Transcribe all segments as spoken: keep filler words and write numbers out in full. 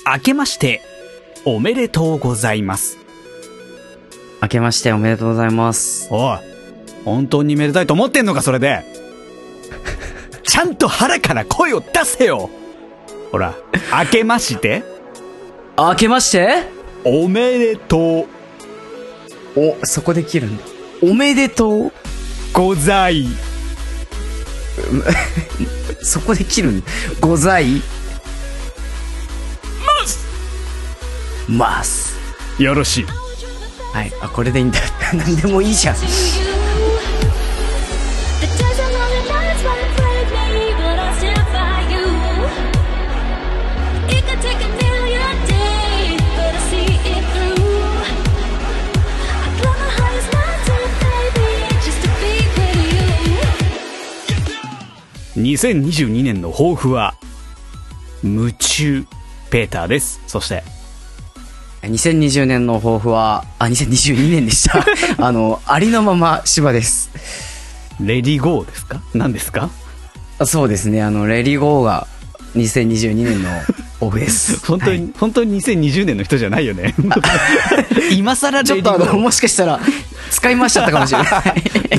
明けましておめでとうございます。 明けましておめでとうございます。 おい、本当にめでたいと思ってんのかそれで。ちゃんと腹から声を出せよ。ほら、明けまして明けましておめでとう。お、そこで切るんだ。おめでとうございそこで切るんだ。ございますますよろしい。 はい、あ、これでいいんだ。何でもいいじゃん。 にせんにじゅうにねんの抱負は夢中ペーターです。そしてにせんにじゅうねんの抱負は、あ、にせんにじゅうにねんでした。あの、ありのまま芝です。 レディゴーですか？何ですか？ そうですね、あの、レディゴーがにせんにじゅうにねんの抱負です。 本当に、はい、本当ににせんにじゅうねんの人じゃないよね。今更ちょっとあの、もしかしたら使い回しちゃったかもしれない。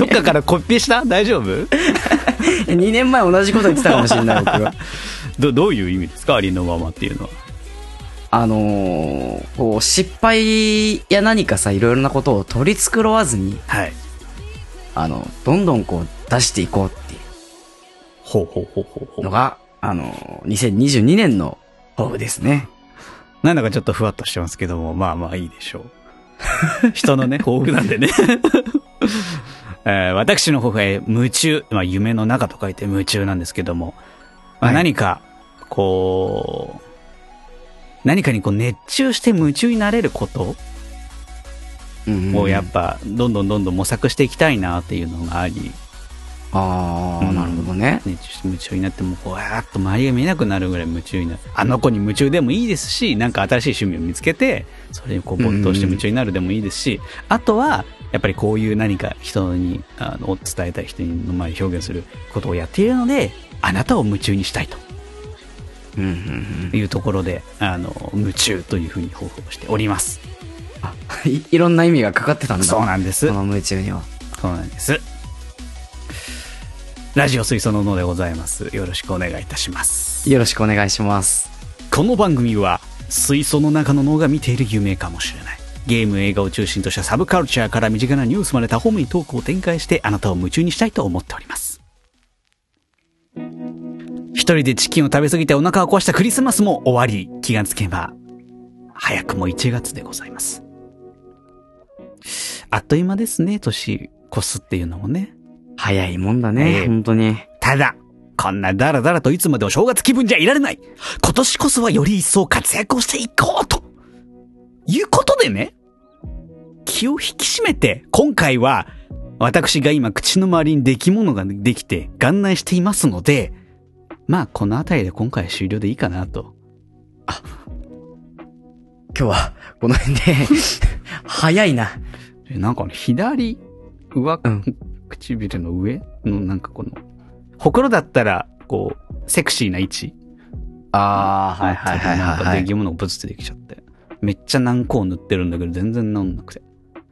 どっかからコピーした？大丈夫？ にねんまえ同じこと言ってたかもしれない僕は。 ど, どういう意味ですか？ありのままっていうのは。 あのー、こう失敗や何かさ、いろいろなことを取り繕わずに、 はい、 あのどんどんこう出していこうっていうほうほうほうほうのが、あのー、にせんにじゅうにねんの抱負ですね。 なんだかちょっとふわっとしてますけども、まあまあいいでしょう。人のね抱負なんでね。えー、私の抱負は夢中、まあ、夢の中と書いて夢中なんですけども、まあ、何かこう、はい、何かにこう熱中して夢中になれることをやっぱどんどんどんどん模索していきたいなっていうのがあり、 ああ、うん、なるほどね。 熱中して夢中になってもこうわーっと周りが見えなくなるぐらい夢中になる。あの子に夢中でもいいですし、なんか新しい趣味を見つけてそれにこう没頭して夢中になるでもいいですし、あとはやっぱりこういう何か人にあの伝えたい人の前に表現することをやっているので、あなたを夢中にしたいというところで、あの夢中というふうに抱負をしております。 あ、い, いろんな意味がかかってたんだ。 そうなんです。 この夢中には。 そうなんです。ラジオ水素の脳でございます。よろしくお願いいたします。 よろしくお願いします。 この番組は水素の中の脳が見ている夢かもしれない、ゲーム映画を中心としたサブカルチャーから身近なニュースまで多方面にトークを展開してあなたを夢中にしたいと思っております。一人でチキンを食べ過ぎてお腹を壊したクリスマスも終わり、気がつけば早くもいちがつでございます。あっという間ですね、年越すっていうのもね。 早いもんだね、えー、本当に。 ただこんなダラダラといつまでお正月気分じゃいられない。今年こそはより一層活躍をしていこうということでね、気を引き締めて今回は私が今口の周りに出来物ができて眼内していますので、まあこのあたりで今回は終了でいいかなと。 あ、今日はこの辺で早いな。 なんかね、左上、うん、唇の上のなんかこのほくろだったらこうセクシーな位置。 ああ、はいはいはいはい、はい。 なんか出来物がブツってできちゃって、めっちゃ軟膏塗ってるんだけど全然治んなくて。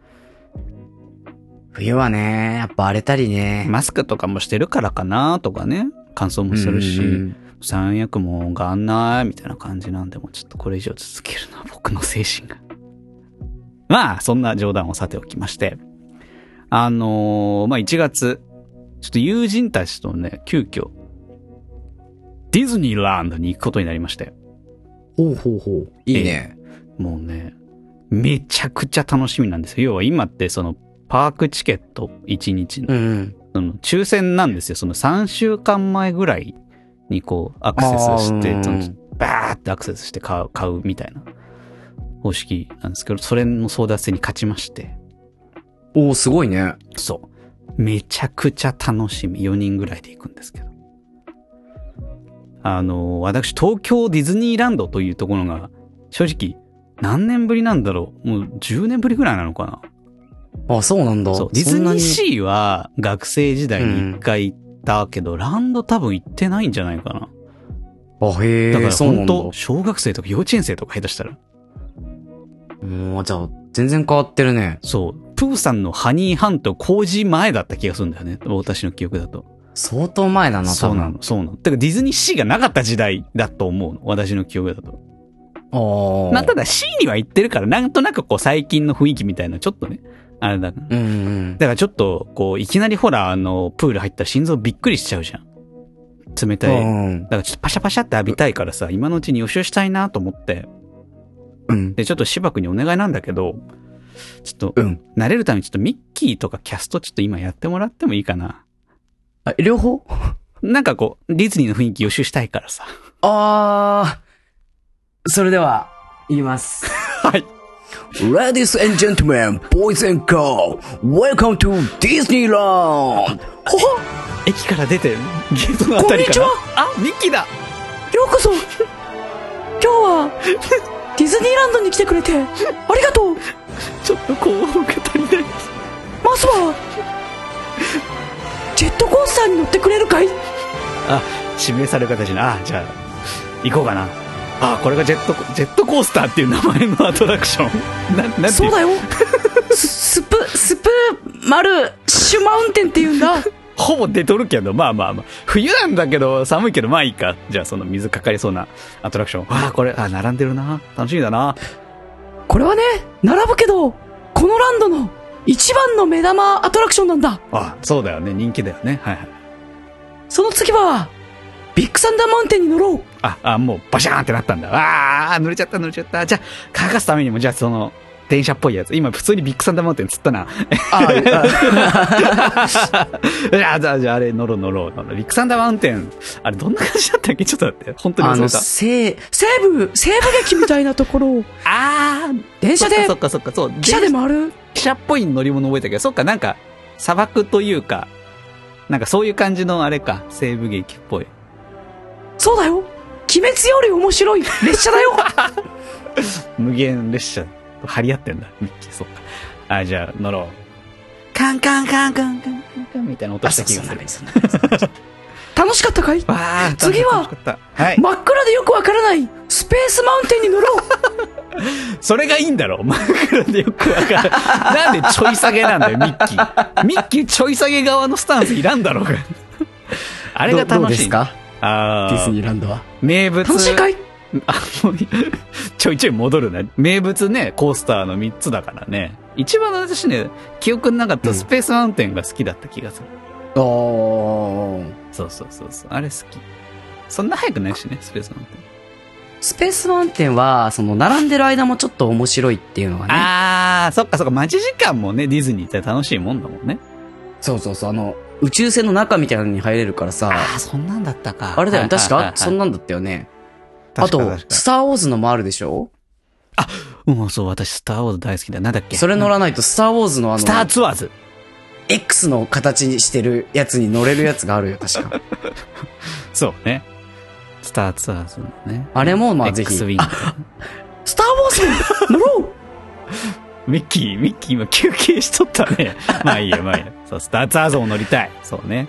冬はね、やっぱ荒れたりね。 マスクとかもしてるからかなとかね、乾燥もするし、三役もがんないみたいな感じなんで、もうちょっとこれ以上続けるのは僕の精神が。まあそんな冗談をさておきまして、あのー、まあいちがつちょっと友人たちとね、急遽ディズニーランドに行くことになりまして。 ほうほうほう。いいね。 もうね、めちゃくちゃ楽しみなんですよ。要は今ってそのパークチケットいちにちの、うん、その抽選なんですよ。そのさんしゅうかんまえぐらいにこうアクセスして、うん、バーってアクセスして買う、買うみたいな方式なんですけど、それの争奪戦に勝ちまして。 おー、すごいね。 そう。めちゃくちゃ楽しみ。よにんぐらいで行くんですけど。あの、私、東京ディズニーランドというところが、正直、何年ぶりなんだろう。もうじゅうねんぶりぐらいなのかな。 あ、そうなんだ。 そう。ディズニーシーは学生時代に一回行ったけど、うん、ランド多分行ってないんじゃないかな。 あ、へえ。 だからそうなんだ。 本当小学生とか幼稚園生とか下手したら。 もう、じゃあ、全然変わってるね。 そう。プーさんのハニーハント工事前だった気がするんだよね。私の記憶だと。 相当前だな、多分。 そうなの、そうなの。だからディズニーシーがなかった時代だと思うの。私の記憶だと。 ああ。 まあ、ただ シー には行ってるから、なんとなくこう最近の雰囲気みたいな、ちょっとね、あれだ。 うんうん。 だからちょっと、こう、いきなりほら、あの、プール入ったら心臓びっくりしちゃうじゃん。冷たい。 うん。 だからちょっとパシャパシャって浴びたいからさ、今のうちに予習したいなと思って。 うん。 で、ちょっと芝君にお願いなんだけど、ちょっと、 うん。 慣れるためにちょっとミッキーとかキャストちょっと今やってもらってもいいかな。 あ、両方なんかこう、ディズニーの雰囲気予習したいからさ。 あー。それでは、言います。 はい。 Ladies and gentlemen, boys and girls, welcome to Disneyland! ほほ駅から出て、ゲートのあたりから。 こんにちは。 あ、ミッキーだ。 ようこそ今日は、ディズニーランドに来てくれて、ありがとう。 ちょっと興奮が足りない。 まずは、ジェットコースターに乗ってくれるかい？ あ、指名される形に、あ、じゃあ、行こうかな。あ、これがジェット、ジェットコースターっていう名前のアトラクション。な、なんていうそうだよ。スプ、スプマルシュマウンテンって言うんだ。 ほぼ出とるけど、まあまあまあ。冬なんだけど、寒いけど、まあいいか。じゃあその水かかりそうなアトラクション。ああ、これ、あ、並んでるな。楽しみだな。 これはね、並ぶけど、このランドの一番の目玉アトラクションなんだ。 あ、そうだよね。人気だよね。はいはい。 その次は、ビッグサンダーマウンテンに乗ろう。 あ、あ、もうバシャーンってなったんだ。ああ、乗れちゃった乗れちゃった。じゃあ、乾かすためにも、じゃあその、電車っぽいやつ。今普通にビッグサンダーマウンテン釣ったな。ああ、じゃあ、じゃあ、じゃああれ乗ろう乗ろう乗ろう。ビッグサンダーマウンテン、あれどんな感じだったっけ？ちょっと待って。本当に忘れた。あの、 西、西部、西部劇みたいなところを。ああ、電車で、 そっかそっかそっか、そう。 汽車で回る？ 汽車っぽい乗り物覚えたけど、そっか、なんか、砂漠というか、なんかそういう感じのあれか、西部劇っぽい。 そうだよ。鬼滅より面白い列車だよ。 無限列車と張り合ってんだ、ミッキー。そっか。あ、じゃあ乗ろう。カンカンカンカンカンカンカンみたいな音した気がする。楽しかったかい？わー、次は、はい、真っ暗でよくわからないスペースマウンテンに乗ろう。 それがいいんだろ。真っ暗でよくわからない。なんでちょい下げなんだよ、ミッキー。ミッキーちょい下げ側のスタンスいらんだろうが。あれが楽しい。どうですか？あディズニーランドは。 名物。 楽しいかい？ あ、もう、ちょいちょい戻るね。名物ね、コースターのみっつだからね。一番私ね、記憶になかったスペースマウンテンが好きだった気がする。 うん、おー。 そうそうそうそう。あれ好き。そんな早くないしね、スペースマウンテン。 スペースマウンテンは、その、並んでる間もちょっと面白いっていうのがね。 あー、そっかそっか。待ち時間もね、ディズニーって楽しいもんだもんね。 そうそうそう。あの、宇宙船の中みたいなのに入れるからさ。 あー、そんなんだったか。 あれだよね。確かそんなんだったよね。あと、スターウォーズのもあるでしょ？ あ、もうそう、私スターウォーズ大好きだ。なんだっけ？ それ乗らないと、スターウォーズのあの、 スターツアーズ。 X の形にしてるやつに乗れるやつがあるよ、確か。 そうね。スターツアーズのね。 あれも、まあぜひ。 X ウィング。 スターウォーズ乗ろう。 ミッキー、ミッキー今休憩しとったね。まあいいよ、まあいいよ。そう、スターツアーズを乗りたい。そうね。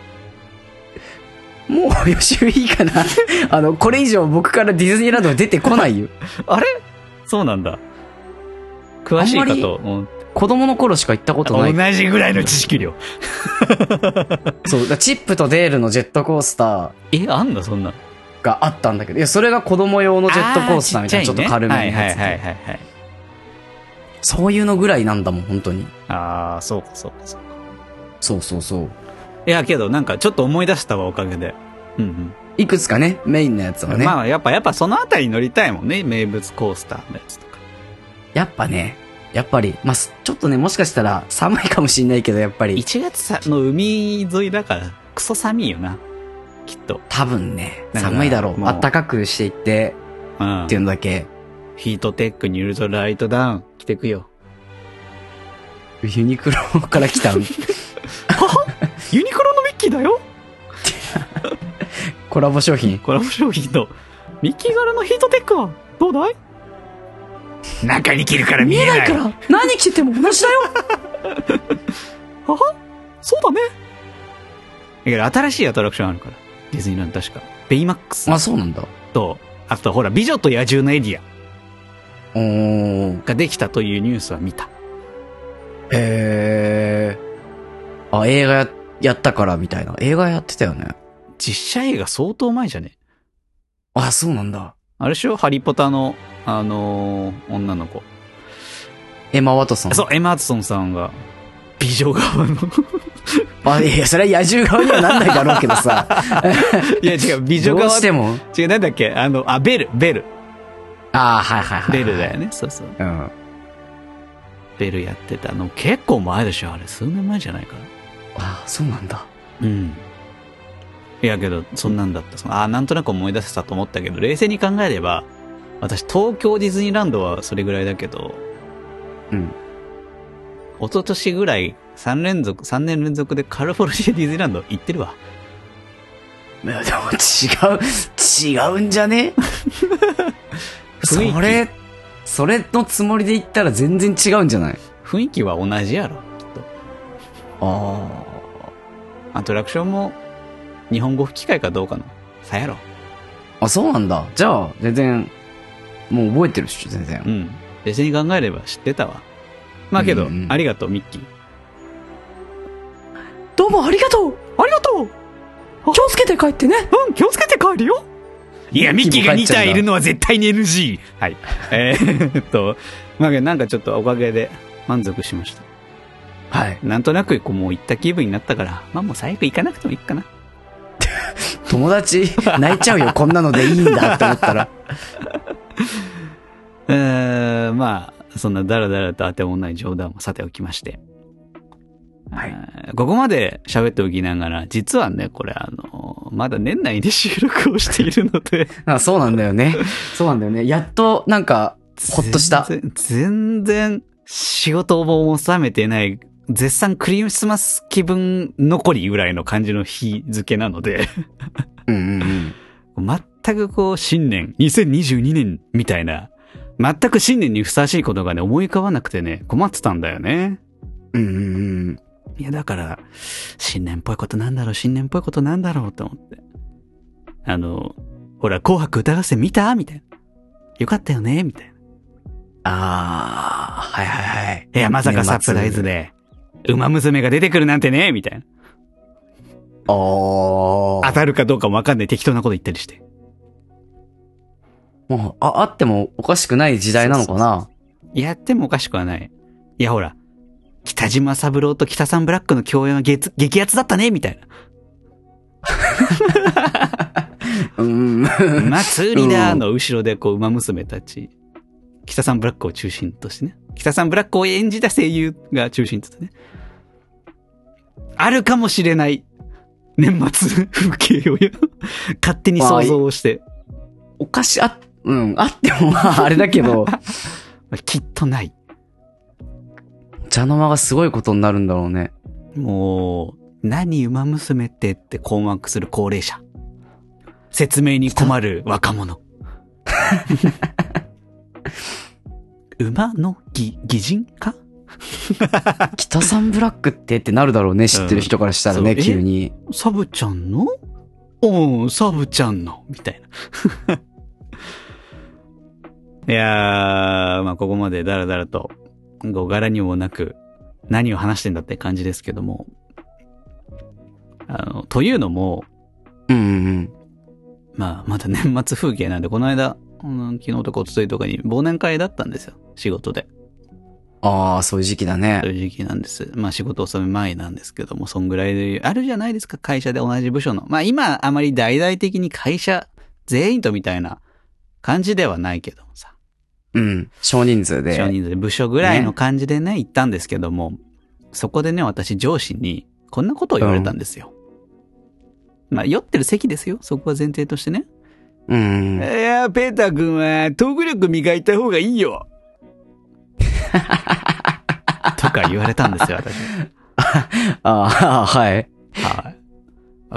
もう予習いいかな。あの、これ以上僕からディズニーランドは出てこないよ。あれ？ そうなんだ。詳しいかと。 子供の頃しか行ったことない。 同じぐらいの知識量。 そう、だチップとデールのジェットコースター。え、あんだ、そんな。 があったんだけど。いや、それが子供用のジェットコースターみたいな、ちょっと軽めのやつ。はいはいはいはい。そういうのぐらいなんだもん、本当に。 ああ、そうかそうかそうか。 そうそうそう。 いや、けどなんかちょっと思い出したわ、おかげで。うんうん。 いくつかね、メインのやつはね。 まあ、やっぱ、やっぱそのあたり乗りたいもんね、名物コースターのやつとか。 やっぱね、やっぱり、まあ、ちょっとね、もしかしたら寒いかもしんないけど、やっぱり。 いちがつの海沿いだから、クソ寒いよな。きっと。 多分ね、寒いだろう。あったかくしていって、うん、っていうのだけ。 ヒートテックにウルトラライトダウン着てくよ。 ユニクロから来たの。はユニクロのミッキーだよ。 コラボ商品。 コラボ商品と、ミッキー柄のヒートテックはどうだい？中に着るから見えない。見えないから何着てても同じだよ。 ははそうだね。いや、新しいアトラクションあるから。ディズニーランド確か。 ベイマックス。 あ、そうなんだ。 と、あとほら、美女と野獣のエリア。 おー。 ができたというニュースは見た。 へー。あ、映画や、やったからみたいな。映画やってたよね。 実写映画相当前じゃね？ あ、そうなんだ。 あれでしょ？ハリポタの、あのー、女の子。 エマ・ワトソン。 そう、エマ・ワトソンさんが、美女側の。 あ、いや、それは野獣側にはなんないだろうけどさ。 いや、違う、美女側。 どうしても違う、なんだっけあの、あ、ベル、ベル。 ああ、はいはいはい。 ベルだよね。そうそう。 うん。 ベルやってたの結構前でしょあれ。数年前じゃないかな。 ああ、そうなんだ。 うん。いやけど、そんなんだった。そのああ、なんとなく思い出せたと思ったけど、冷静に考えれば、私、東京ディズニーランドはそれぐらいだけど、 うん。 一昨年ぐらい、三連続、三年連続でカリフォルニアディズニーランド行ってるわ。 いや、でも違う、違うんじゃね？それ、それのつもりで言ったら全然違うんじゃない？ 雰囲気は同じやろ、きっと。 ああ。アトラクションも、日本語吹き替えかどうかの差やろ。 あ。あ、そうなんだ。じゃあ、全然、もう覚えてるっしょ、全然。 うん。冷静に考えれば知ってたわ。まあけど、うんうん、ありがとう、ミッキー。 どうもありがとうありがとう気をつけて帰ってね。 うん、気をつけて帰るよ。いや、ミッキーがに体いるのは絶対に エヌジー。はい。えー、っと、まあなんかちょっとおかげで満足しました。 はい。 なんとなくこうもう行った気分になったから、まあもう最悪行かなくてもいいかな。 友達泣いちゃうよ、こんなのでいいんだって思ったら。 えー、まあ、そんなダラダラと当てもない冗談もさておきまして。はい。ここまで喋っておきながら、実はね、これあの、まだ年内で収録をしているので。 あ、そうなんだよね。そうなんだよね。やっと、なんか、ほっとした。 全然、全然仕事も収めてない、絶賛クリスマス気分残りぐらいの感じの日付なので。 うんうんうん。全くこう、新年、にせんにじゅうにねんみたいな、全く新年にふさわしいことがね、思い浮かばなくてね、困ってたんだよね。 うんうんうん。 いや、だから、新年っぽいことなんだろう、新年っぽいことなんだろうと思って。あの、ほら、紅白歌合戦見たみたいな。よかったよねみたいな。 あー、はいはいはい。 いや、まさかサプライズで、馬娘が出てくるなんてねみたいな。 おー。 当たるかどうかもわかんない適当なこと言ったりして。 もう、あ、あってもおかしくない時代なのかな？そうそうそう。 やってもおかしくはない。いや、ほら、北島三郎と北さんブラックの共演は激激アツだったねみたいな。 うん。 祭りだの後ろでこう馬娘たち、北さんブラックを中心としてね。北さんブラックを演じた声優が中心としてね。あるかもしれない年末風景を勝手に想像をして。 おかし、あ、うん、あってもまああれだけど。 きっとない。 茶の間がすごいことになるんだろうね。 もう、何馬娘ってって困惑する高齢者。説明に困る若者。馬の擬人か北さんブラックってってなるだろうね、知ってる人からしたらね、うん、急に。 サブちゃんのおー、サブちゃんのみたいな。いやー、まあここまでダラダラと、ご柄にもなく、何を話してんだって感じですけども。あの、というのも、 うんうん。 まあ、まだ年末風景なんで、この間、うん、昨日とかおとといとかに忘年会だったんですよ。仕事で。 ああ、そういう時期だね。 そういう時期なんです。まあ仕事納め前なんですけども、そんぐらいで、あるじゃないですか、会社で同じ部署の。まあ今、あまり大々的に会社全員とみたいな感じではないけどもさ。 うん。少人数で。 少人数で部署ぐらいの感じでね、ね行ったんですけども、そこでね、私上司にこんなことを言われたんですよ。うん、まあ酔ってる席ですよ。そこは前提としてね。 うん。 いや、ペーター君はトーク力磨いた方がいいよ。とか言われたんですよ、私。 ああ、はい。 はい。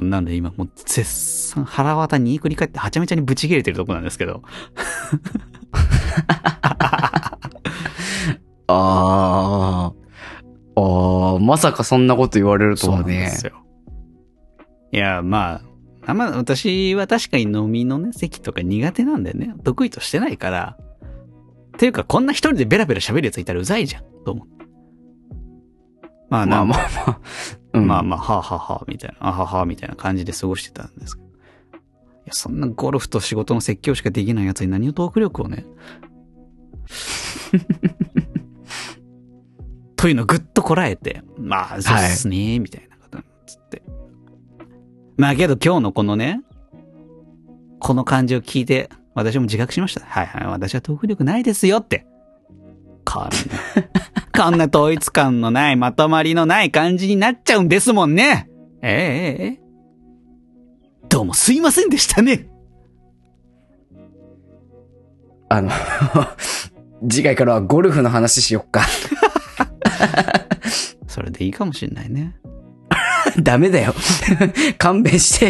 なんで今もう絶賛腹渡に繰り返ってはちゃめちゃにブチ切れてるとこなんですけど。 ああ。ああ、まさかそんなこと言われるとはね。そうなんですよ。 いや、まあ、 あんま私は確かに飲みのね、席とか苦手なんだよね。得意としてないから。っていうか、こんな一人でベラベラ喋るやついたらうざいじゃん、と思う。まあ、 まあまあまあ。うん、 まあまあ、はあはあはあ、みたいな、あははあ、みたいな感じで過ごしてたんですけど。いや、そんなゴルフと仕事の説教しかできないやつに何をトーク力をね。というのをぐっとこらえて、まあ、そうっすね、はい、みたいなことつって。まあけど今日のこのね、この感じを聞いて、私も自覚しました。はいはい、私はトーク力ないですよって。こんな、こんな統一感のない、まとまりのない感じになっちゃうんですもんね。ええええ。どうもすいませんでしたね。 あの、次回からはゴルフの話しよっか。 それでいいかもしんないね。 ダメだよ。勘弁して。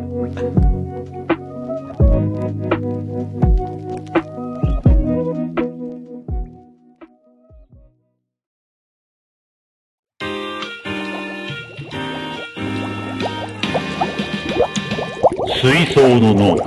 水槽の脳。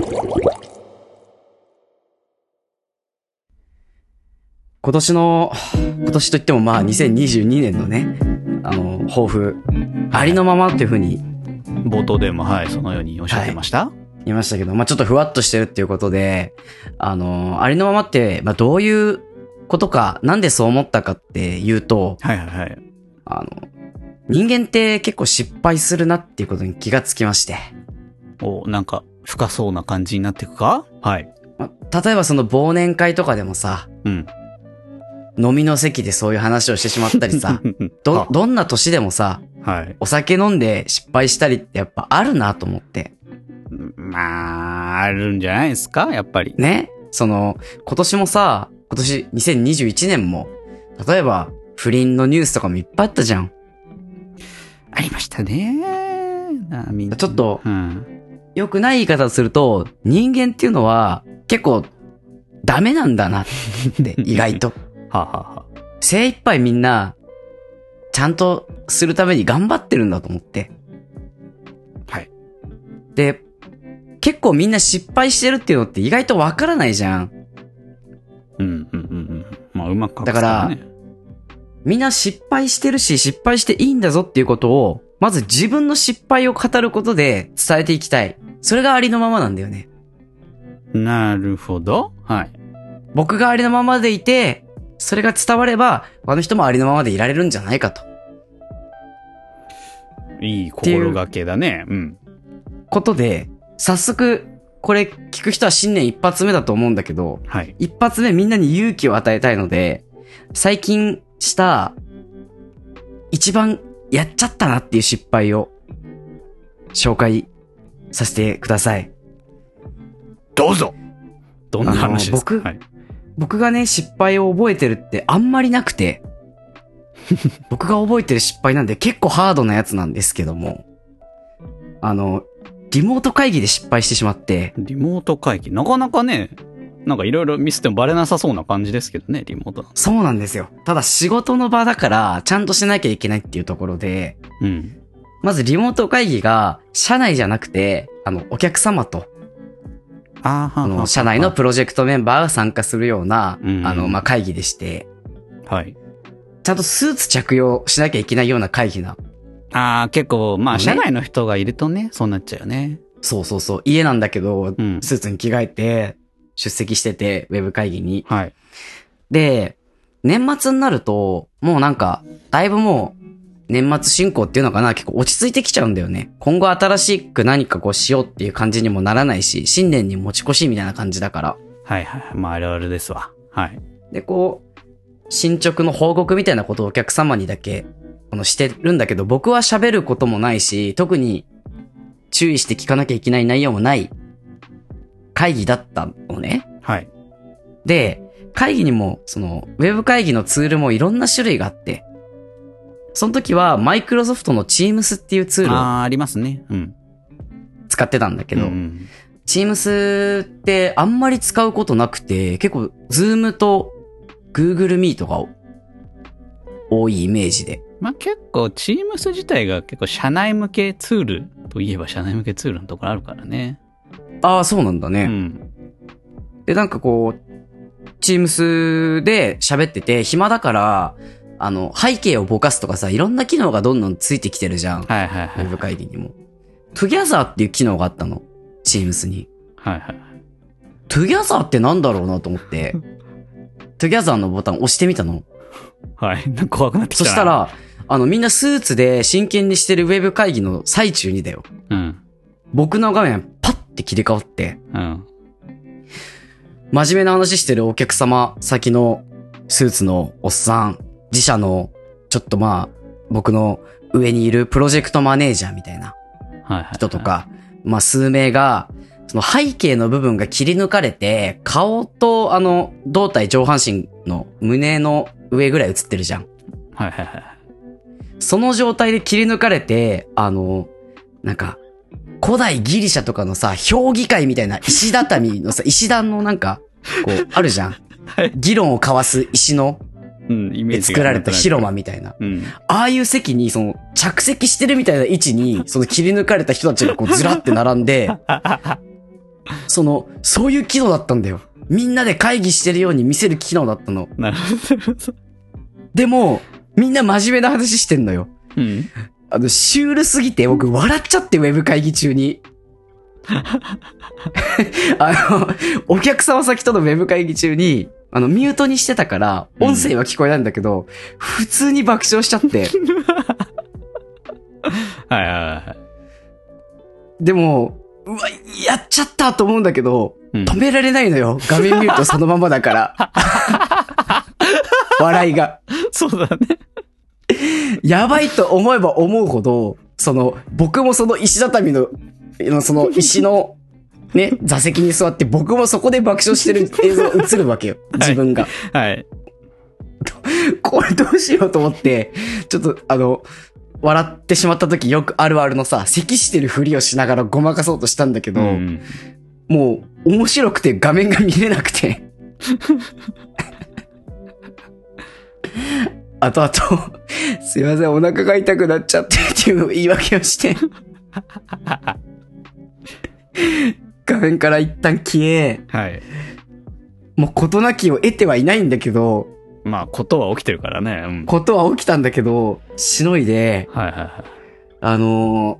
今年の、今年といってもまあにせんにじゅうにねんのね、あの、抱負、ありのままっていう風に。 冒頭でもはい、そのようにおっしゃってました、はい、 言いましたけど、まあちょっとふわっとしてるっていうことで、あの、ありのままって、まあどういうことか、なんでそう思ったかっていうと、 はいはいはい。 あの、人間って結構失敗するなっていうことに気がつきまして。 お、なんか深そうな感じになっていくか？はい。 まあ、例えばその忘年会とかでもさ、 うん。 飲みの席でそういう話をしてしまったりさ、ど、どんな年でもさ、 はい。 お酒飲んで失敗したりってやっぱあるなと思って。 まあ、あるんじゃないですかやっぱり。 ね。その、今年もさ、今年にせんにじゅういちねんも、例えば不倫のニュースとかもいっぱいあったじゃん。 ありましたね。 ちょっと、 うん、 良くない言い方をすると、人間っていうのは結構ダメなんだなって意外と。 はあ、ははあ、 精一杯みんな、ちゃんとするために頑張ってるんだと思って。 はい。 で、結構みんな失敗してるっていうのって意外とわからないじゃん。 うん、うん、うん。まあ、うまく書く、ね。 だから、みんな失敗してるし、失敗していいんだぞっていうことを、まず自分の失敗を語ることで伝えていきたい。それがありのままなんだよね。 なるほど。はい。 僕がありのままでいて、それが伝われば、他の人もありのままでいられるんじゃないかと。 いい心がけだね。うん。 ことで、早速、これ聞く人は新年一発目だと思うんだけど、 はい。 一発目みんなに勇気を与えたいので、最近した、一番やっちゃったなっていう失敗を、紹介させてください。 どうぞ。どんな話ですか？ 僕、はい、僕がね、失敗を覚えてるってあんまりなくて、僕が覚えてる失敗なんで結構ハードなやつなんですけども、あの、リモート会議で失敗してしまって。 リモート会議なかなかね、なんかいろいろミスってもバレなさそうな感じですけどね、リモート。 そうなんですよ。ただ仕事の場だから、ちゃんとしなきゃいけないっていうところで、 うん。 まずリモート会議が、社内じゃなくて、あの、お客様と、 あーはーはーはー、 あの、社内のプロジェクトメンバーが参加するような、 うんうん、 あの、まあ、会議でして、 はい。 ちゃんとスーツ着用しなきゃいけないような会議な。 ああ、結構、まあ、社内の人がいるとね、そうなっちゃうよね。 そうそうそう。家なんだけど、 うん、 スーツに着替えて、出席してて、ウェブ会議に。 はい。 で、年末になると、もうなんか、だいぶもう、年末進行っていうのかな、結構落ち着いてきちゃうんだよね。今後新しく何かこうしようっていう感じにもならないし、新年に持ち越しみたいな感じだから。 はいはい。まあ、あるあるですわ。はい。 で、こう、進捗の報告みたいなことをお客様にだけ、このしてるんだけど、僕は喋ることもないし、特に注意して聞かなきゃいけない内容もない会議だったのね。 はい。 で、会議にも、その、ウェブ会議のツールもいろんな種類があって、その時は、マイクロソフトの Teams っていうツールを。 ああ、ありますね。うん。 使ってたんだけど、うん、Teams ってあんまり使うことなくて、結構、Zoom と Google Meet が多いイメージで。 まあ結構 Teams 自体が結構社内向けツールといえば社内向けツールのところあるからね。 ああ、そうなんだね。 うん。 で、なんかこう、Teams で喋ってて、暇だから、あの、背景をぼかすとかさ、いろんな機能がどんどんついてきてるじゃん。 はいはいはい。 ウェブ会議にも。Together っていう機能があったの。Teams に。 はいはい。 Together ってなんだろうなと思って、Together のボタン押してみたの。 はい。なんか怖くなってきたな。 そしたら、あの、みんなスーツで真剣にしてるウェブ会議の最中にだよ。 うん。 僕の画面パッて切り替わって、 うん。 真面目な話してるお客様先のスーツのおっさん、自社のちょっとまあ僕の上にいるプロジェクトマネージャーみたいな人とか、まあ数名がその背景の部分が切り抜かれて顔とあの胴体上半身の胸の上ぐらい映ってるじゃん。 はいはいはい。 その状態で切り抜かれて、あの、なんか古代ギリシャとかのさ、評議会みたいな石畳のさ、石段のなんか、こう、あるじゃん。 はい、 議論を交わす石の、 うん、イメージ作られた広間みたいな。 うん、 ああいう席に、その、着席してるみたいな位置に、その切り抜かれた人たちがこう、ずらって並んで、その、そういう機能だったんだよ。みんなで会議してるように見せる機能だったの。 なるほど。 でも、みんな真面目な話してんのよ。 うん。 あの、シュールすぎて、僕笑っちゃって、ウェブ会議中に。あの、お客様先とのウェブ会議中に、あの、ミュートにしてたから、音声は聞こえないんだけど、うん、普通に爆笑しちゃって。 はいはいはい。 でも、うわ、やっちゃったと思うんだけど、 うん、 止められないのよ。画面ミュートそのままだから。笑いが。 そうだね。 やばいと思えば思うほど、その、僕もその石畳の、その石の、ね、座席に座って僕もそこで爆笑してる映像が映るわけよ。自分が。 はい。はい、 これどうしようと思って、ちょっとあの、笑ってしまった時よくあるあるのさ、咳してるふりをしながらごまかそうとしたんだけど、うん、もう面白くて画面が見れなくて。あとあと、すいません、お腹が痛くなっちゃってっていう言い訳をして、画面から一旦消え、 はい。 もう事なきを得てはいないんだけど、 まあ、ことは起きてるからね。うん、 ことは起きたんだけど、しのいで、 はいはいはい。 あのー、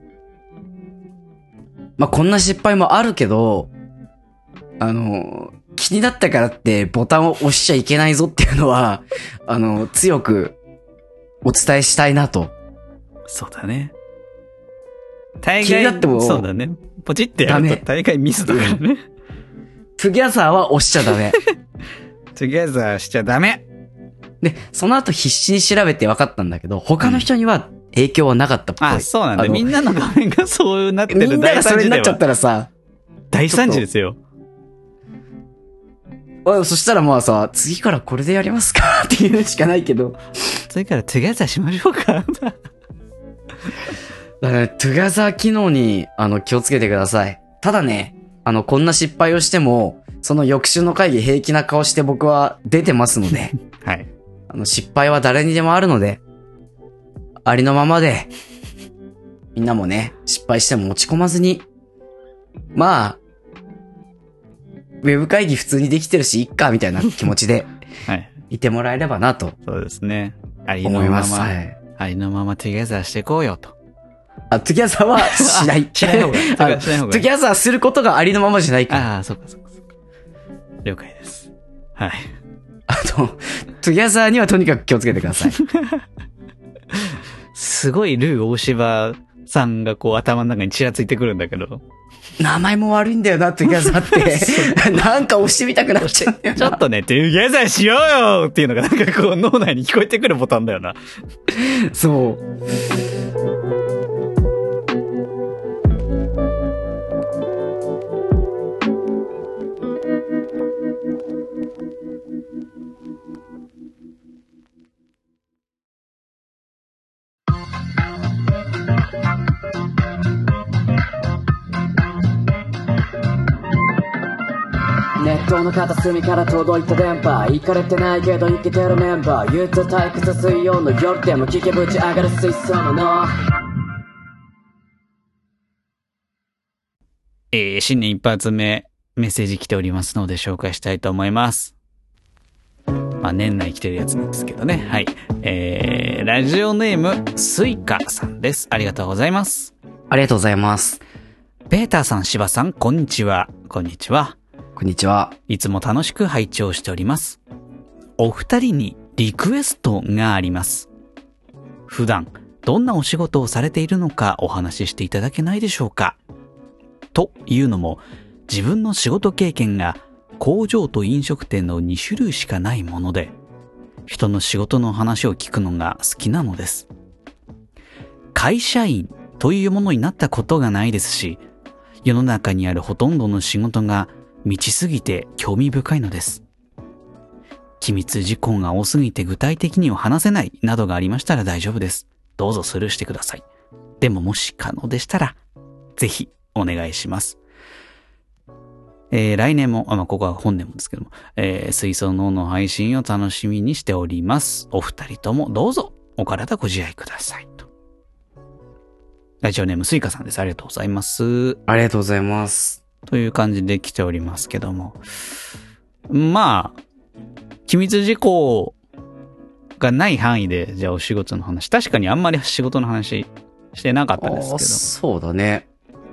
まあ、こんな失敗もあるけど、あのー、気になったからってボタンを押しちゃいけないぞっていうのは、あのー、強くお伝えしたいなと。 そうだね。大概、 気になっても、 そうだね。ポチってやると大概ミスだからね。 トゥギャザーは押しちゃダメ。 トゥギャザーしちゃダメ。 で、その後必死に調べて分かったんだけど、他の人には影響はなかったっぽい。 あ、そうなんだ。みんなの画面がそうなってる。 みんながそれになっちゃったらさ、 大惨事ですよ。 そしたらまあさ、次からこれでやりますかっていうしかないけど。 次からトゥギャザーしましょうか。 だから、トゥギャザー機能に、あの、気をつけてください。ただね、あの、こんな失敗をしても、その翌週の会議平気な顔して僕は出てますので。 はい。 あの、失敗は誰にでもあるので、ありのままで、みんなもね、失敗しても落ち込まずに、まあ、ウェブ会議普通にできてるし、いっか、みたいな気持ちで、はい。いてもらえればなと。 そうですね。ありのまま。思います。はい。ありのままトゥギャザーしていこうよと。 あ、トゥギャザーはしない。 しない方がいい。トゥギャザーすることがありのままじゃないから。 ああ、そうかそうかそうか。了解です。はい。 あと、トゥギャザーにはとにかく気をつけてください。 すごいルー大柴さんがこう頭の中にちらついてくるんだけど。 名前も悪いんだよな、トゥギャザーって。なんか押してみたくなっちゃうんだよな。 ちょっとね、トゥギャザーしようよっていうのがなんかこう脳内に聞こえてくるボタンだよな。 そう。ネッ塔の片隅から届いた電波、行かれてないけど生きてるメンバー、憂鬱退屈水曜の夜でも聞けぶち上がる水槽ののえー、新年一発目メッセージ来ておりますので紹介したいと思います。まあ年内来てるやつなんですけどね。はい。えー、ラジオネームスイカさんです。ありがとうございます。 ありがとうございます。 ペーターさん、シバさん、こんにちは。こんにちは。 こんにちは。 いつも楽しく拝聴しております。お二人にリクエストがあります。普段どんなお仕事をされているのかお話ししていただけないでしょうか。というのも、自分の仕事経験が工場と飲食店のに種類しかないもので、人の仕事の話を聞くのが好きなのです。会社員というものになったことがないですし、世の中にあるほとんどの仕事が満ちすぎて興味深いのです。機密事項が多すぎて具体的には話せないなどがありましたら大丈夫です。どうぞスルーしてください。でももし可能でしたら、ぜひお願いします。えー、来年も、あ、まあ、ここは本年もですけども、えー、水槽脳の配信を楽しみにしております。お二人ともどうぞお体ご自愛くださいと。ラジオネームスイカさんです。ありがとうございます。 ありがとうございます。 という感じで来ておりますけども、まあ機密事項がない範囲でじゃあお仕事の話、確かにあんまり仕事の話してなかったですけど。 そうだね。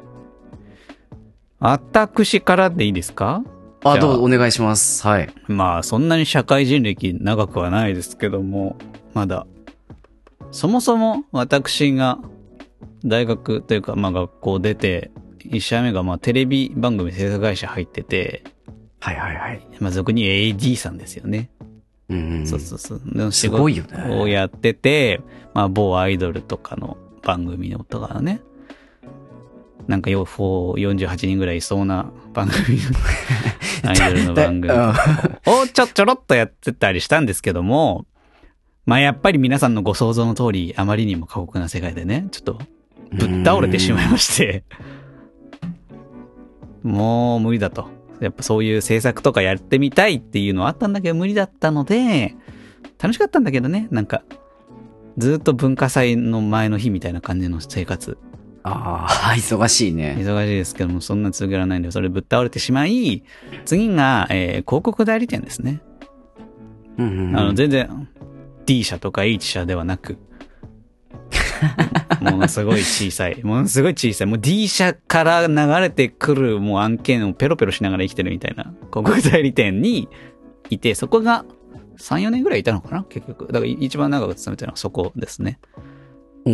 私からでいいですか？ あ、どうぞお願いします。はい。 まあそんなに社会人歴長くはないですけども、まだそもそも私が大学というかまあ学校出て一社目がまあテレビ番組制作会社入ってて、 はいはいはい。 まあ俗に エーディー さんですよね。 うん、うん。 そうそうそう。 すごいよね。 をやってて、まあ某アイドルとかの番組のとかね。なんかよんじゅうはちにんぐらいいそうな番組アイドルの番組をちょちょろっとやってたりしたんですけども、まあやっぱり皆さんのご想像の通りあまりにも過酷な世界でね、ちょっとぶっ倒れてしまいましてもう無理だと。やっぱそういう制作とかやってみたいっていうのはあったんだけど無理だったので、楽しかったんだけどね、なんかずっと文化祭の前の日みたいな感じの生活。 ああ、忙しいね。 忙しいですけども、そんな続けられないんで、それぶっ倒れてしまい、次が、えー、広告代理店ですね。 うんうんうん、 あの、全然、D 社とか H 社ではなく、ものすごい小さい、ものすごい小さい、もう D 社から流れてくるもう案件をペロペロしながら生きてるみたいな広告代理店にいて、そこがさん、よねんぐらいいたのかな結局。だから一番長く勤めてるのはそこですね。 うん。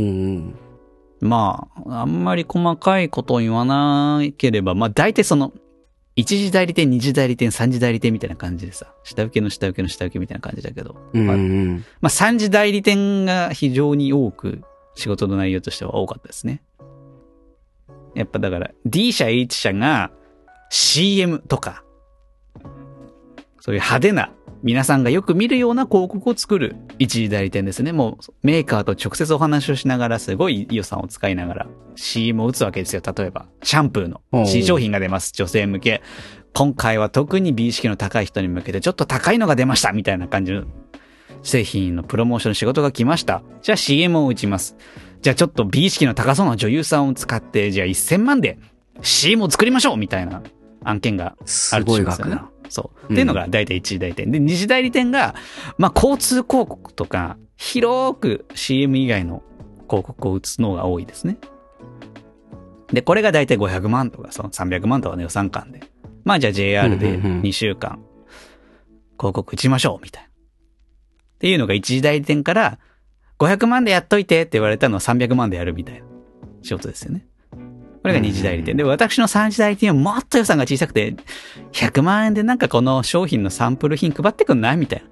まあ、あんまり細かいことを言わなければ、まあ大体その、一次代理店、二次代理店、三次代理店みたいな感じでさ、下請けの下請けの下請けみたいな感じだけど、 うんうん、 まあ、まあ三次代理店が非常に多く、仕事の内容としては多かったですね。やっぱだから D 社 H 社が シーエム とか、そういう派手な皆さんがよく見るような広告を作る一次代理店ですね。もうメーカーと直接お話をしながらすごい予算を使いながら シーエム を打つわけですよ。例えばシャンプーの新商品が出ます。女性向け。今回は特に美意識の高い人に向けてちょっと高いのが出ましたみたいな感じの製品のプロモーションの仕事が来ました。じゃあ シーエム を打ちます。じゃあちょっと美意識の高そうな女優さんを使って、じゃあせんまんで シーエム を作りましょうみたいな案件があるとしますよね。すごい額だ。そう。っていうのが大体一次代理店。で、二次代理店が、まあ交通広告とか、広く シーエム 以外の広告を打つのが多いですね。で、これが大体ごひゃくまんとか、そのさんびゃくまんとかの予算感で。まあじゃあ ジェイアール でにしゅうかん広告打ちましょうみたいな。っていうのが一次代理店からごひゃくまんでやっといてって言われたのをさんびゃくまんでやるみたいな仕事ですよね。これが二次代理店で、私の三次代理店はもっと予算が小さくてひゃくまんえんでなんかこの商品のサンプル品配ってくんないみたいな。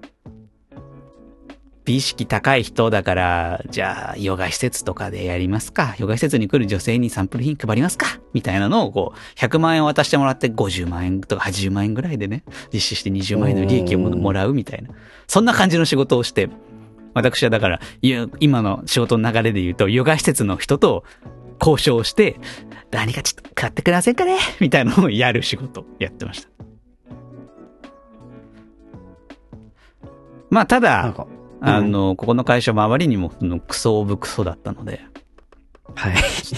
美意識高い人だからじゃあヨガ施設とかでやりますか、ヨガ施設に来る女性にサンプル品配りますかみたいなのをこうひゃくまんえんを渡してもらってごじゅうまんえんとかはちじゅうまんえんぐらいでね実施してにじゅうまんえんの利益をもらうみたいな、そんな感じの仕事をして、私はだから今の仕事の流れで言うとヨガ施設の人と交渉して何かちょっと買ってくれませんかねみたいなのをやる仕事やってました。 まあ、ただ、 なんか、 あの、ここの会社もあまりにもそのクソオブクソだったので、 はい。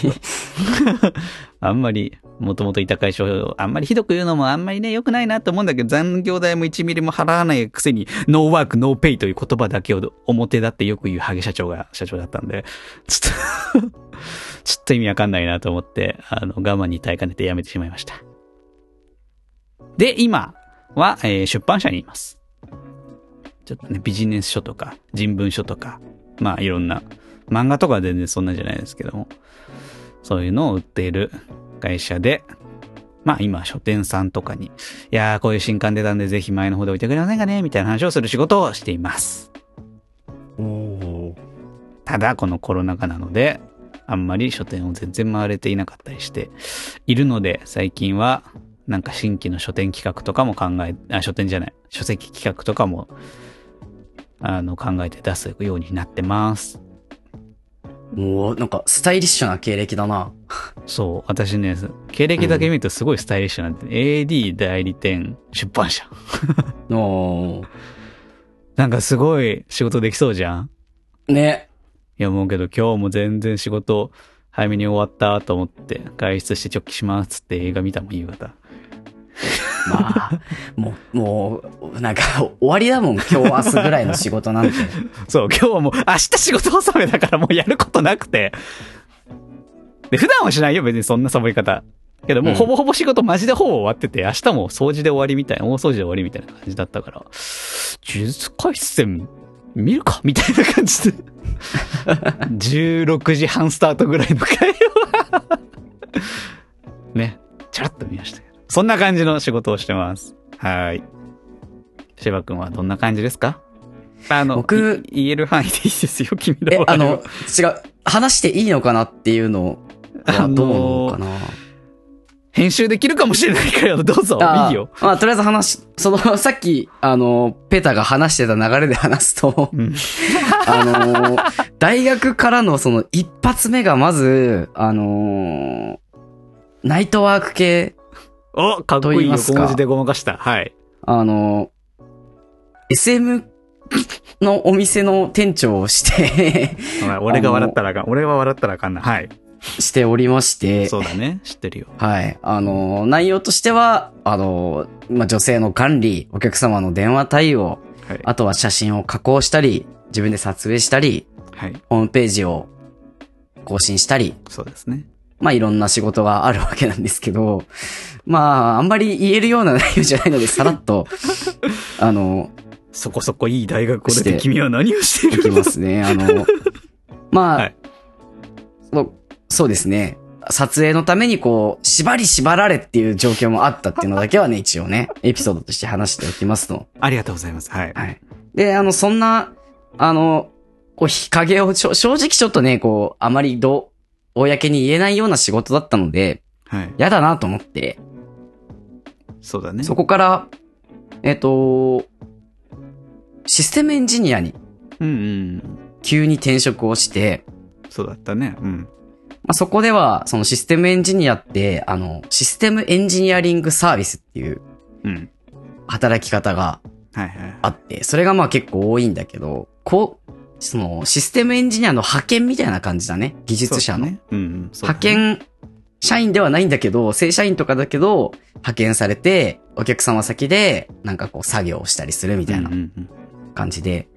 あんまり、もともといた会社をあんまりひどく言うのもあんまりね、良くないなと思うんだけど、残業代もいちミリも払わないくせに、ノーワーク、ノーペイという言葉だけを表だってよく言うハゲ社長が社長だったんで、ちょっと、ちょっと意味わかんないなと思って、あの、我慢に耐えかねて辞めてしまいました。で、今は、えー出版社にいます。ちょっとね、ビジネス書とか、人文書とか、まあいろんな、漫画とかは全然そんなんじゃないですけども、そういうのを売っている会社で、まあ今書店さんとかに、いやーこういう新刊出たんでぜひ前の方で置いてくれませんかねみたいな話をする仕事をしています。 おー。 ただこのコロナ禍なので、あんまり書店を全然回れていなかったりしているので、最近はなんか新規の書店企画とかも考え、あ、書店じゃない、書籍企画とかも、あの考えて出すようになってます。 もう、なんか、スタイリッシュな経歴だな。 そう、私ね、経歴だけ見るとすごいスタイリッシュなんで、うん、エーディー 代理店、出版社。 おー。 なんかすごい仕事できそうじゃん？ ね。 いや、思うけど今日も全然仕事早めに終わったと思って、外出して直帰しますって映画見たもん、夕方。 まあ、もう、もう、なんか、終わりだもん、今日明日ぐらいの仕事なんて。 そう、今日はもう、明日仕事納めだからもうやることなくて。で、普段はしないよ、別にそんなサボり方。けどもうほぼほぼ仕事マジでほぼ終わってて、明日も掃除で終わりみたいな、大掃除で終わりみたいな感じだったから、呪術廻戦見るかみたいな感じで。じゅうろくじはんスタートぐらいの会話。ね、ちゃらっと見ましたけど。そんな感じの仕事をしてます。はい。シバ君はどんな感じですか？あの、僕、言える範囲でいいですよ、君の。 え、あの、違う、話していいのかなっていうのはどうなのかな、あのー、 編集できるかもしれないから、どうぞ、いいよ。 まあ、とりあえず話、その、さっき、あの、ペタが話してた流れで話すと、うん、あの、大学からのその一発目がまず、あの、ナイトワーク系、 お、かっこいいよ、小文字でごまかした。はい。 あの、エスエム のお店の店長をして俺が笑ったらあかん。俺は笑ったらあかんな。はい。 しておりまして。 そうだね。知ってるよ。 はい。あの、内容としては、あの、まあ、女性の管理、お客様の電話対応、はい、あとは写真を加工したり、自分で撮影したり、はい、ホームページを更新したり。 そうですね。 まあ、いろんな仕事があるわけなんですけど、まあ、あんまり言えるような内容じゃないので、さらっと、あの、 そこそこいい大学を出て君は何をしているんだ？いきますね。あの、まあ、はい、そ, そうですね。撮影のためにこう、縛り縛られっていう状況もあったっていうのだけはね、一応ね、エピソードとして話しておきますと。 ありがとうございます。はい。 はい。で、あの、そんな、あの、こう、日陰をちょ、正直ちょっとね、こう、あまりどう、公に言えないような仕事だったので、はい。嫌だなと思って。 そうだね。 そこから、えっと、システムエンジニアに、 うんうん。 急に転職をして、 そうだったね。うん。 まあ、そこでは、そのシステムエンジニアって、あの、システムエンジニアリングサービスっていう、うん。働き方があって、それがまあ結構多いんだけど、こう、その、システムエンジニアの派遣みたいな感じだね。技術者の。ねうんうんね、派遣、社員ではないんだけど、正社員とかだけど、派遣されて、お客様先で、なんかこう作業をしたりするみたいな感じで、うんうんうん、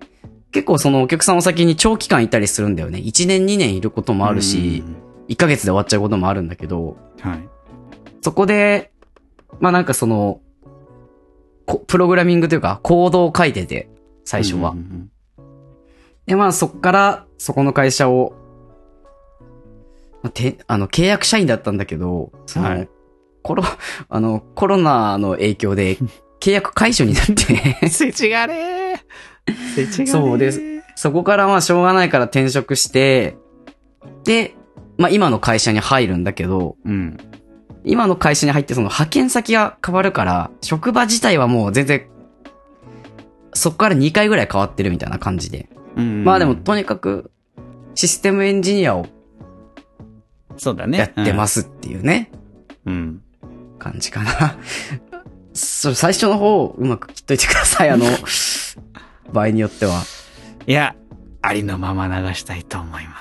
結構そのお客様先に長期間いたりするんだよね。いちねんにねんいることもあるし、うんうんうん、いっかげつで終わっちゃうこともあるんだけど、はい、そこで、まあなんかその、プログラミングというか、コードを書いてて、最初は。うんうんうんで、まあそっから、そこの会社を、まあ、て、あの、契約社員だったんだけど、その、はい、コロ、あの、コロナの影響で、契約解除になって。 せちがれー。せちがれー。 そうです。そこからまあしょうがないから転職して、で、まあ今の会社に入るんだけど、うん。今の会社に入ってその派遣先が変わるから、職場自体はもう全然、そこからにかいぐらい変わってるみたいな感じで。まあでもとにかくシステムエンジニアをそうだねやってますっていうね、うん、感じかな。それ最初の方うまく切っといてください。あの場合によっては。 いや、ありのまま流したいと思います。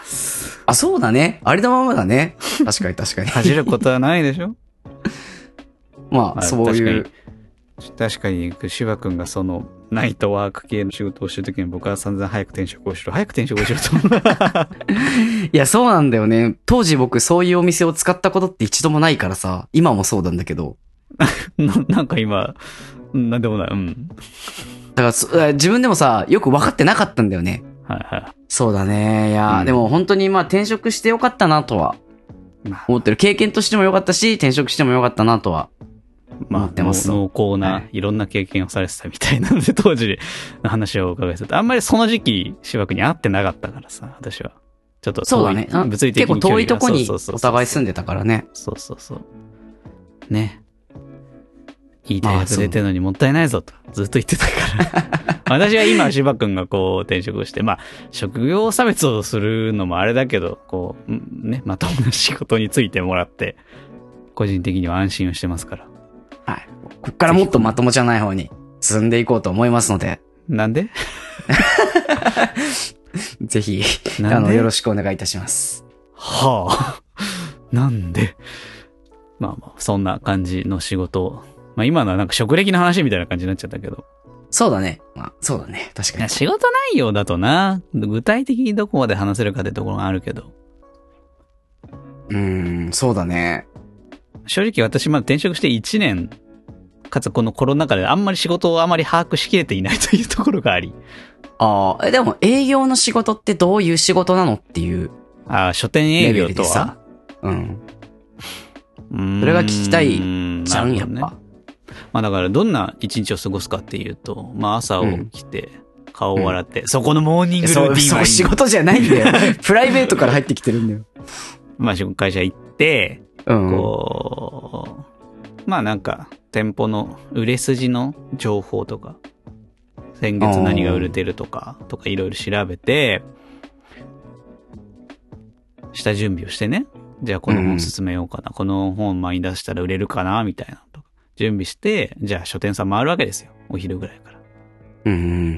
あ、そうだね。ありのままだね。確かに確かに。 恥じることはないでしょまあ、そういう。 確かに、芝君がその、ナイトワーク系の仕事をしてるときに僕は散々早く転職をしろ、早く転職をしろと思う。 いや、そうなんだよね。当時僕そういうお店を使ったことって一度もないからさ、今もそうなんだけど。 な, なんか今、なんでもない。うん。 だから自分でもさ、よく分かってなかったんだよね。 はいはい。 そうだね。いや、うん、でも本当にまあ転職してよかったなとは思ってる。経験としてもよかったし、転職してもよかったなとは思ってます。 まあ、濃厚ないろんな経験をされてたみたいなので、当時の話をお伺いすると、あんまりその時期、芝君に会ってなかったからさ、私は。ちょっと遠い。 そうだね。 物理的に結構遠いとこにお互い住んでたからね。 そうそうそう。ね。いい大学出てるのにもったいないぞとずっと言ってたから私は今芝君がこう転職してまあ職業差別をするのもあれだけどこうねまともな仕事についてもらって個人的には安心をしてますからはいこっからもっとまともじゃない方に進んでいこうと思いますのでなんでぜひあのよろしくお願いいたしますはあなんでまあまあそんな感じの仕事をまあ今のはなんか職歴の話みたいな感じになっちゃったけど。 そうだね。まあそうだね。確かに。 仕事内容だとな、具体的にどこまで話せるかってところがあるけど。 うーん、そうだね。 正直私まだ転職していちねん、かつこのコロナ禍であんまり仕事をあまり把握しきれていないというところがあり。 ああ、でも営業の仕事ってどういう仕事なのっていう。 ああ、書店営業とはうん。それが聞きたいじゃん、やっぱ。 まあだからどんな一日を過ごすかっていうと、まあ朝起きて、顔を洗って、うん、そこのモーニングルーティンはそう、仕事じゃないんだよ。プライベートから入ってきてるんだよ。 まあ会社行って、 うん、 こう、まあなんか店舗の売れ筋の情報とか、先月何が売れてるとか、とかいろいろ調べて、下準備をしてね。じゃあこの本進めようかな。うん、この本前に出したら売れるかなみたいなとか。準備して、じゃあ書店さん回るわけですよ。お昼ぐらいから。 うん。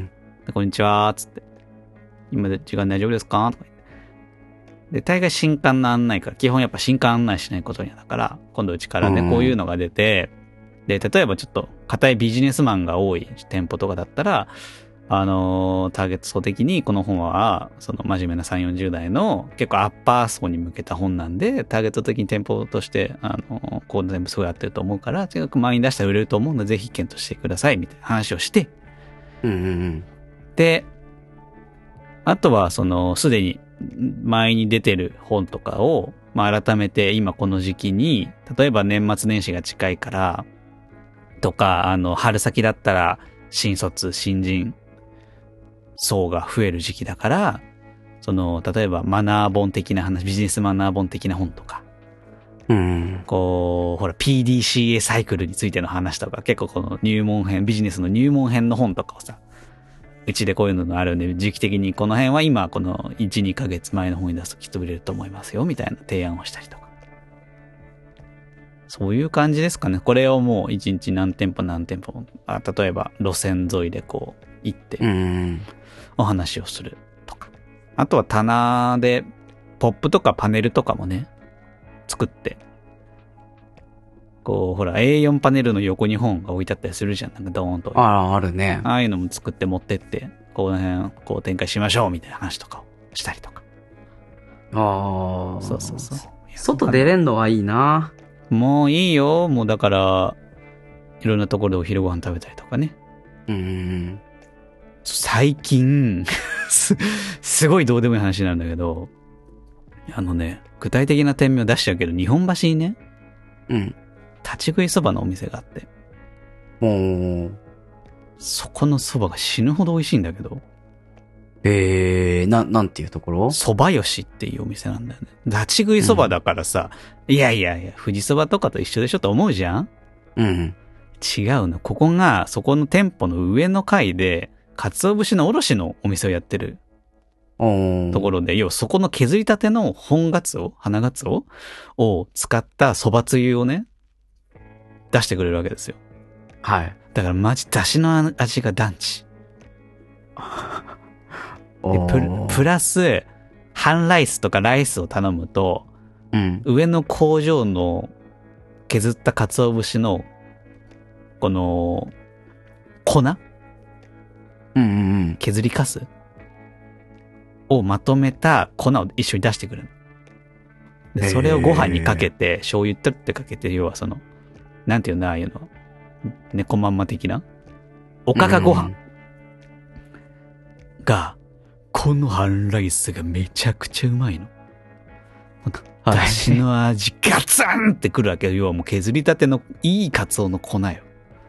こんにちは、つって。今で時間大丈夫ですかとか言って。で、大概新刊の案内から、基本やっぱ新刊案内しないことにはだから、今度うちからね、こういうのが出て、で、例えばちょっと硬いビジネスマンが多い店舗とかだったら、あのー、ターゲット層的にこの本は、その真面目なさんじゅう、よんじゅう代の結構アッパー層に向けた本なんで、ターゲット的に店舗として、あのー、こう全部すごい合ってると思うから、とにかく前に出したら売れると思うので、ぜひ検討してください、みたいな話をして、 うんうんうん。 で、あとは、その、すでに前に出てる本とかを、まあ、改めて今この時期に、例えば年末年始が近いから、とか、あの、春先だったら、新卒、新人、層が増える時期だから、その、例えばマナー本的な話、ビジネスマナー本的な本とか、 うん、 こう、ほら、ピーディーシーエー サイクルについての話とか、結構この入門編、ビジネスの入門編の本とかをさ、うちでこういうのがあるんで、時期的にこの辺は今、このいち、にかげつまえの本に出すときっと売れると思いますよ、みたいな提案をしたりとか。そういう感じですかね。これをもういちにち何店舗何店舗、あ例えば路線沿いでこう行って、 うんお話をするとか。あとは棚でポップとかパネルとかもね、作って。こう、ほら エーよん パネルの横に本が置いてあったりするじゃん。なんかドーンと。 ああ、あるね。 ああいうのも作って持ってって、この辺こう展開しましょうみたいな話とかをしたりとか。 ああ。 そうそうそう。 外出れんのはいいな。 もういいよ。もうだから、いろんなところでお昼ご飯食べたりとかね。 うん。 最近す、すごいどうでもいい話なんだけど、あのね、具体的な店名を出しちゃうけど、日本橋にね、 うん。 立ち食いそばのお店があって。 おー。 そこのそばが死ぬほど美味しいんだけど。 えー、な、なんていうところ？ そばよしっていうお店なんだよね。立ち食いそばだからさ、うん、いやいやいや、富士そばとかと一緒でしょと思うじゃん？ うん。 違うの。ここが、そこの店舗の上の階で、鰹節の卸のお店をやってるところで、要はそこの削りたての本鰹、花鰹を使ったそばつゆをね、出してくれるわけですよ。 はい。 だからマジ出汁の味が団地。 プ、プラス、半ライスとかライスを頼むと、 うん。 上の工場の削った鰹節の、この、粉うんうんうん。 削りかすをまとめた粉を一緒に出してくる。で、それをご飯にかけて、醤油ってってかけて、要はその、なんていうんだ、ああいうの。猫まんま的なおかかご飯が、この半ライスがめちゃくちゃうまいの。だしの味ガツンってくるわけよ。要はもう削りたてのいいカツオの粉よ。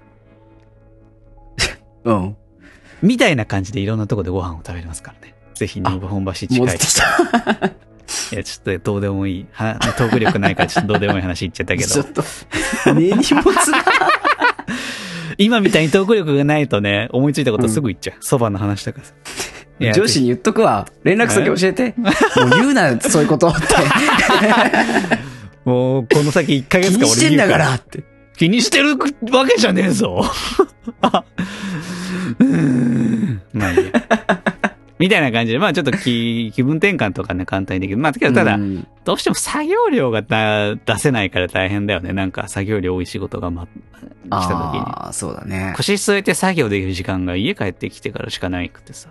うん。 みたいな感じでいろんなとこでご飯を食べれますからね。ぜひ、日本橋近い。 戻ってきた。 いや、ちょっとどうでもいい。はトーク力ないからちょっとどうでもいい話言っちゃったけど。 ちょっと、根に持つな。 今みたいにトーク力がないとね、思いついたことすぐ言っちゃう。そば、うん、の話とかさ。 上司に言っとくわ。連絡先教えて。もう言うな、そういうことって。 もう、この先いっかげつか俺言うから。気にしてんだからって。 気にしてるわけじゃねえぞ。うーん。まあいいや。みたいな感じで、まあちょっと気、気分転換とかね、簡単にできる。まあ、けどただ、うん、どうしても作業量がだ出せないから大変だよね。なんか作業量多い仕事がま、来た時に。 ああ、そうだね。 腰据えて作業できる時間が家帰ってきてからしかないくてさ。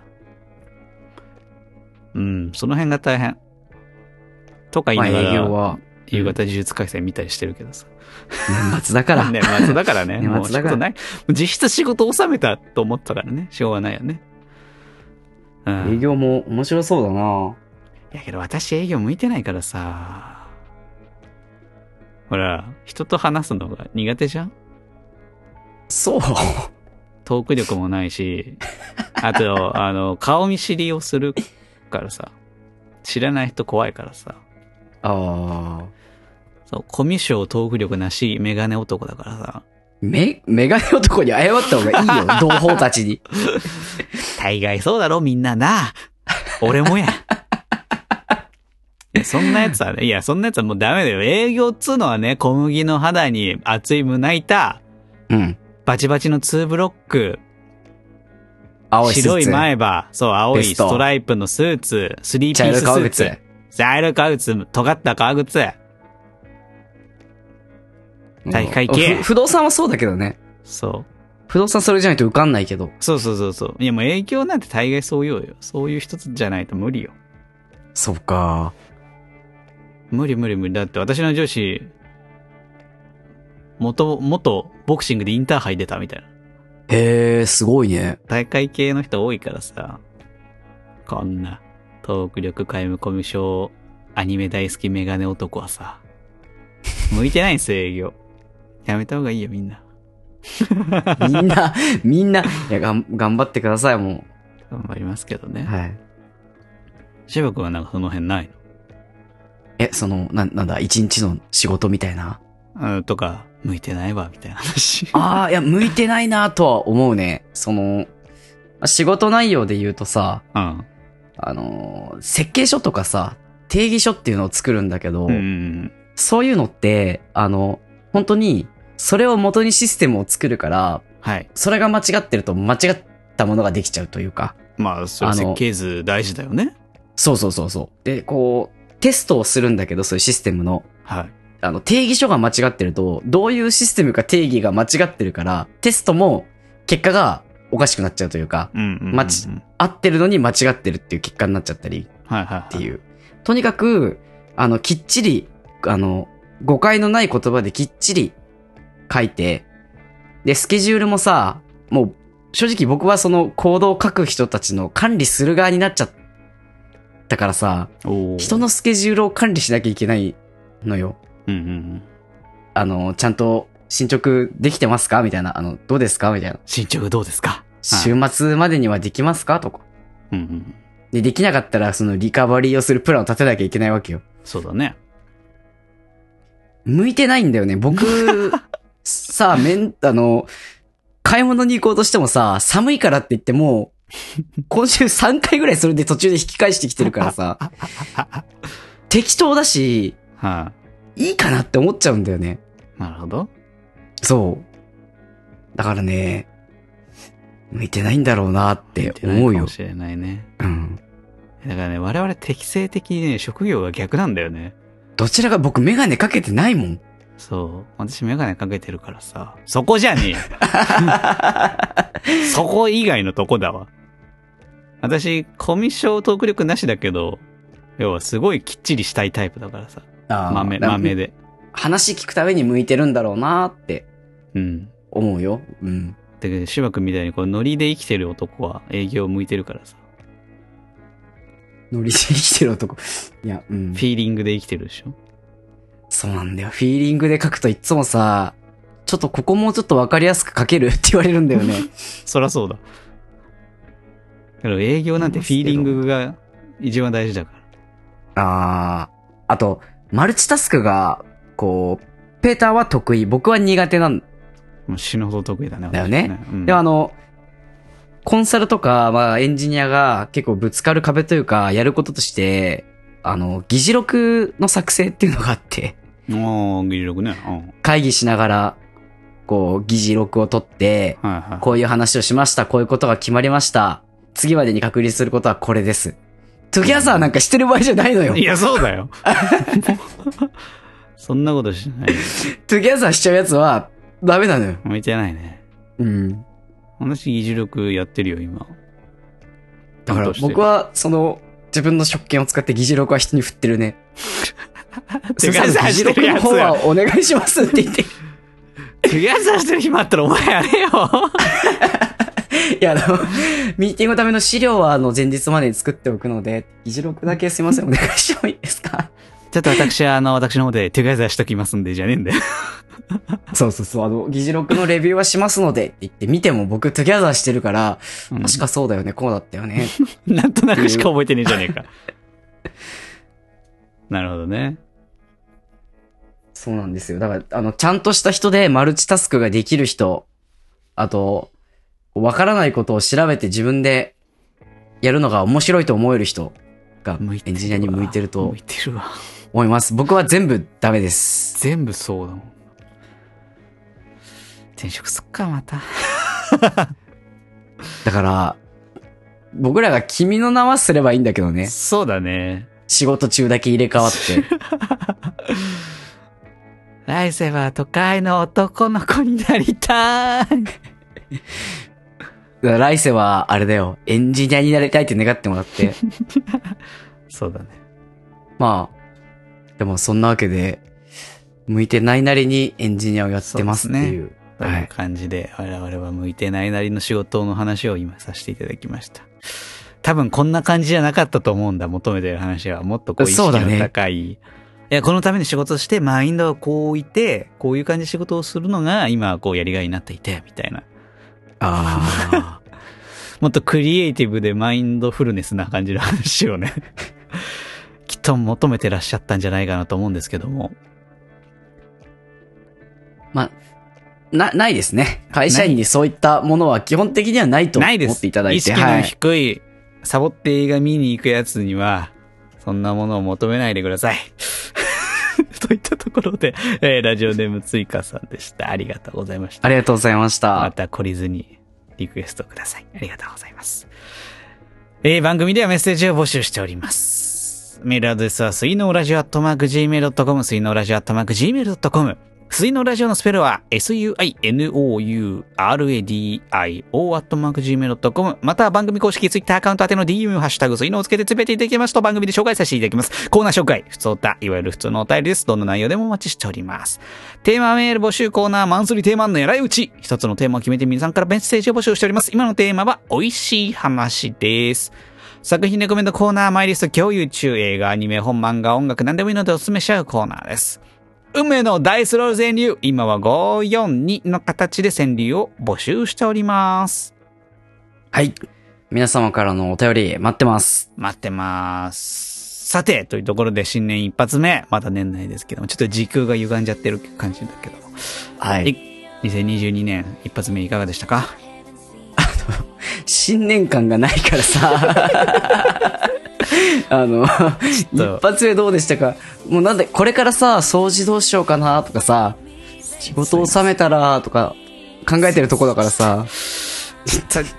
うん、その辺が大変。とか言いながら、まあ、営業は夕方呪術廻戦見たりしてるけどさ。 年末だから。 年末だからね。年末だから。もう実質仕事収めたと思ったからね。しょうがないよね。 うん、営業も面白そうだな。 いやけど私営業向いてないからさ。ほら、人と話すのが苦手じゃん？ そう。 トーク力もないし、あと、あの、顔見知りをするからさ。知らない人怖いからさ。 ああ。 そう、コミュ障トーク力なし、メガネ男だからさ。 メ、メガネ男に謝った方がいいよ、同胞たちに。 大概そうだろ、みんなな。俺もや。いやそんなやつはね、いや、そんなやつはもうダメだよ。営業っつうのはね、小麦の肌に熱い胸板。 うん。 バチバチのツーブロック。 青いスーツ。 白い前歯。そう、青いストライプのスーツ。スリーピーススーツ。茶色革靴。尖った革靴。体育会系。 不動産はそうだけどね。 そう。 不動産それじゃないと受かんないけど。 そうそうそうそう。いやもう営業なんて大概そうよよ。そういう一つじゃないと無理よ。 そうか。 無理無理無理。だって私の上司、元、元ボクシングでインターハイ出たみたいな。 へー、すごいね。 大会系の人多いからさ。こんな、トーク力皆無コミュ障、アニメ大好きメガネ男はさ、向いてないんすよ、営業。やめた方がいいよ、みんな。 みんな、みんな、いや、がん、頑張ってください、もう。頑張りますけどね。 はい。 渋くんはなんかその辺ないの？ え、その、な、なんだ、一日の仕事みたいな。 うん、とか、向いてないわ、みたいな話。 ああ、いや、向いてないなとは思うね。その、仕事内容で言うとさ、 うん。 あの、設計書とかさ、定義書っていうのを作るんだけど、 うん、 そういうのって、あの、本当に、それを元にシステムを作るから、 はい。 それが間違ってると間違ったものができちゃうというか。 まあ、それ設計図大事だよね。 そうそうそうそう。で、こう、テストをするんだけど、そういうシステムの。 はい。 あの、定義書が間違ってると、どういうシステムか定義が間違ってるから、テストも結果がおかしくなっちゃうというか、 うんうんうんうん、 まち、合ってるのに間違ってるっていう結果になっちゃったり、 はいはいはい、 っていう。とにかく、あの、きっちり、あの、誤解のない言葉できっちり書いて、で、スケジュールもさ、もう、正直僕はそのコードを書く人たちの管理する側になっちゃったからさ、人のスケジュールを管理しなきゃいけないのよ。 うんうんうん、 あの、ちゃんと進捗できてますかみたいな。あの、どうですかみたいな。 進捗どうですか週末までにはできますかとか。 うんうん、 で、できなかったらそのリカバリーをするプランを立てなきゃいけないわけよ。 そうだね。 向いてないんだよね。僕、さあ、めん、あの、買い物に行こうとしてもさ、寒いからって言っても、今週さんかいぐらいそれで途中で引き返してきてるからさ、適当だし、 はあ、 いいかなって思っちゃうんだよね。 なるほど。 そう。だからね、向いてないんだろうなって思うよ。 向いてないかもしれないね。 うん。 だからね、我々適正的にね、職業が逆なんだよね。 どちらか僕メガネかけてないもん。 そう。私メガネかけてるからさ。そこじゃねえよ。そこ以外のとこだわ。私、コミュ障トーク力なしだけど、要はすごいきっちりしたいタイプだからさ。 あ豆、豆で。 話聞くために向いてるんだろうなーってうん。 思うよ。うん。 だけど、芝君みたいにこうノリで生きてる男は営業向いてるからさ。 ノリで生きてる男。いや、うん。 フィーリングで生きてるでしょ。 そうなんだよ。フィーリングで書くといつもさ、ちょっとここもうちょっとわかりやすく書けるって言われるんだよね。 そらそうだ。だから営業なんてフィーリングが一番大事だから。 あー。あと、マルチタスクが、こう、ペーターは得意、僕は苦手なんもう死ぬほど得意だね。 だよね。 ね、うん、 でもあの、コンサルとか、まあエンジニアが結構ぶつかる壁というか、やることとして、あの、議事録の作成っていうのがあって。 おー、議事録ね。うん、 会議しながら、こう、議事録を取って、 はいはい、 こういう話をしました。こういうことが決まりました。次までに確立することはこれです。トゥギャザーなんかしてる場合じゃないのよ。 いや、そうだよ。そんなことしない。 トゥギャザーしちゃうやつは、ダメなのよ。 向いてないね。 うん。 私、議事録やってるよ、今。 だから僕は、その、自分の職権を使って議事録は人に振ってるね。 トゥギャザーしてるやつ。 議事録の方はお願いしますって言って。 トゥギャザーしてる暇あったらお前やれよ。 いや、あの、ミーティングのための資料は、あの、前日までに作っておくので、議事録だけすいません、お願いしてもいいですか？ ちょっと私は、あの、私の方でトゥギャザーしときますんで、じゃねえんだよ。 そうそうそう、あの、議事録のレビューはしますので、って言って見ても僕トゥギャザーしてるから、うん、確かそうだよね、こうだったよね。 なんとなくしか覚えてねえじゃねえか。なるほどね。 そうなんですよ。だから、あの、ちゃんとした人でマルチタスクができる人、あと、わからないことを調べて自分でやるのが面白いと思える人がエンジニアに向いてると向いてるわ思います。僕は全部ダメです。 全部そうだもん。転職すっか、また。 だから、僕らが君の名はすればいいんだけどね。 そうだね。 仕事中だけ入れ替わって。 来世は都会の男の子になりたい。 来世は、あれだよ、エンジニアになりたいって願ってもらって。 そうだね。 まあ、でもそんなわけで、向いてないなりにエンジニアをやってますっていう。 という感じで、我々は向いてないなりの仕事の話を今させていただきました。多分こんな感じじゃなかったと思うんだ、求めてる話は。もっとこう意識の高い。いや、このために仕事して、マインドをこういて、こういう感じで仕事をするのが、今、こうやりがいになっていて、みたいな。 ああ。 もっとクリエイティブでマインドフルネスな感じの話をね、きっと求めてらっしゃったんじゃないかなと思うんですけども。 まあ、な、ないですね。会社員にそういったものは基本的にはないと思っていただいて。 ないです。意識の低い、はい、サボって映画見に行くやつには、そんなものを求めないでください。といったところで、えー、ラジオネームついかさんでした。ありがとうございました。 ありがとうございました。 また懲りずにリクエストください。ありがとうございます。えー、番組ではメッセージを募集しております。メールアドレスは、水のラジオアットマーク ジーメールドットコム、水のラジオアットマーク ジーメールドットコム。水のラジオのスペルは エスユーアイエヌオーユーアールエーディーアイオー アットマーク ジーメールドットコム。また番組公式ツイッターアカウント宛ての ディーエム ハッシュタグ水のをつけてつぶやいていただきますと番組で紹介させていただきます。コーナー紹介、普通おた、いわゆる普通のお便りです。どんな内容でもお待ちしております。テーマメール募集コーナー、マンスリーテーマの狙い撃ち。一つのテーマを決めて皆さんからメッセージを募集しております。今のテーマは美味しい話です。作品レコメントコーナー、マイリスト共有中、映画、アニメ、本、漫画、音楽、何でもいいのでおすすめしちゃうコーナーです。運命のダイスロール川柳。今はごーよんにの形で川柳を募集しております。 はい。皆様からのお便り待ってます。 待ってます。さて、というところで新年一発目。まだ年内ですけども、ちょっと時空が歪んじゃってる感じだけども。 はい。 にせんにじゅうにねん一発目いかがでしたか？ あの、新年感がないからさ。あの、一発目どうでしたか？もうなんで、これからさ、掃除どうしようかなとかさ、仕事を収めたらとか考えてるとこだからさ。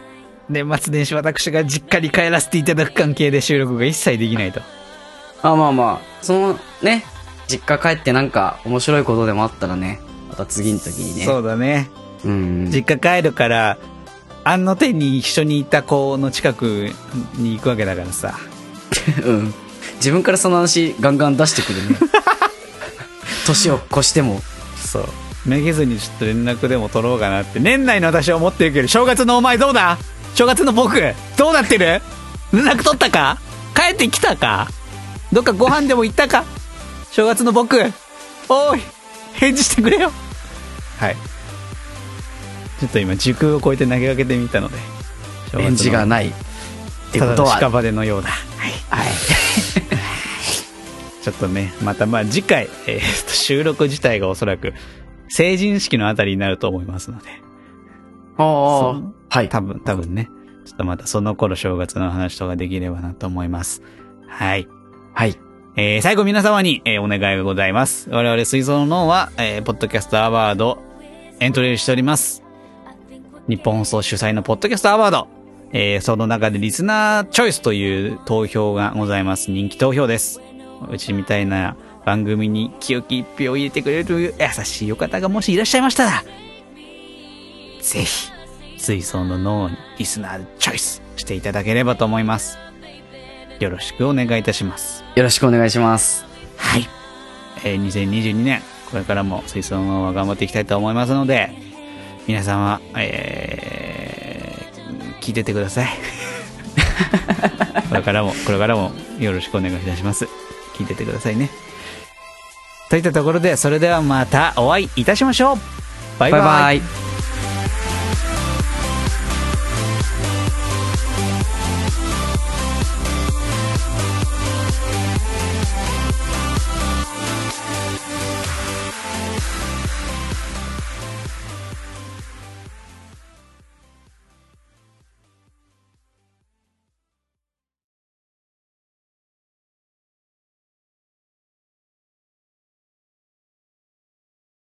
年末年始私が実家に帰らせていただく関係で収録が一切できないと。 あ、まあまあ、そのね、実家帰ってなんか面白いことでもあったらね、また次の時にね。 そうだね。 うん。 実家帰るから、あの手に一緒にいた子の近くに行くわけだからさ。 うん。自分からその話ガンガン出してくるね。年を越しても。 そう。めげずにちょっと連絡でも取ろうかなって。年内の私は思ってるけど、正月のお前どうだ？正月の僕、どうなってる？連絡取ったか？帰ってきたか？どっかご飯でも行ったか？正月の僕、おーい、返事してくれよ。はい。ちょっと今時空を超えて投げかけてみたので。 返事がない。ってことは。 ただの屍のようだ。はい。はい。ちょっとね、またまあ次回、えー、と収録自体がおそらく成人式のあたりになると思いますので。 ああ、はい。 多分、多分ね。ちょっとまたその頃正月の話とかできればなと思います。はい。 はい。 えー、最後皆様に、えー、お願いがございます。我々水槽の脳は、えー、ポッドキャストアワードエントリーしております。日本放送主催のポッドキャストアワード。えー、その中でリスナーチョイスという投票がございます。人気投票です。うちみたいな番組に清き一票を入れてくれる優しいお方がもしいらっしゃいましたら、ぜひ、水槽の脳にリスナーチョイスしていただければと思います。よろしくお願いいたします。 よろしくお願いします。 はい。えー、にせんにじゅうにねん、これからも水槽の脳は頑張っていきたいと思いますので、皆様、えー、聞いててください。これからも、これからもよろしくお願いいたします。聞いててくださいね。といったところで、それではまたお会いいたしましょう。バイバイ。バイバイ。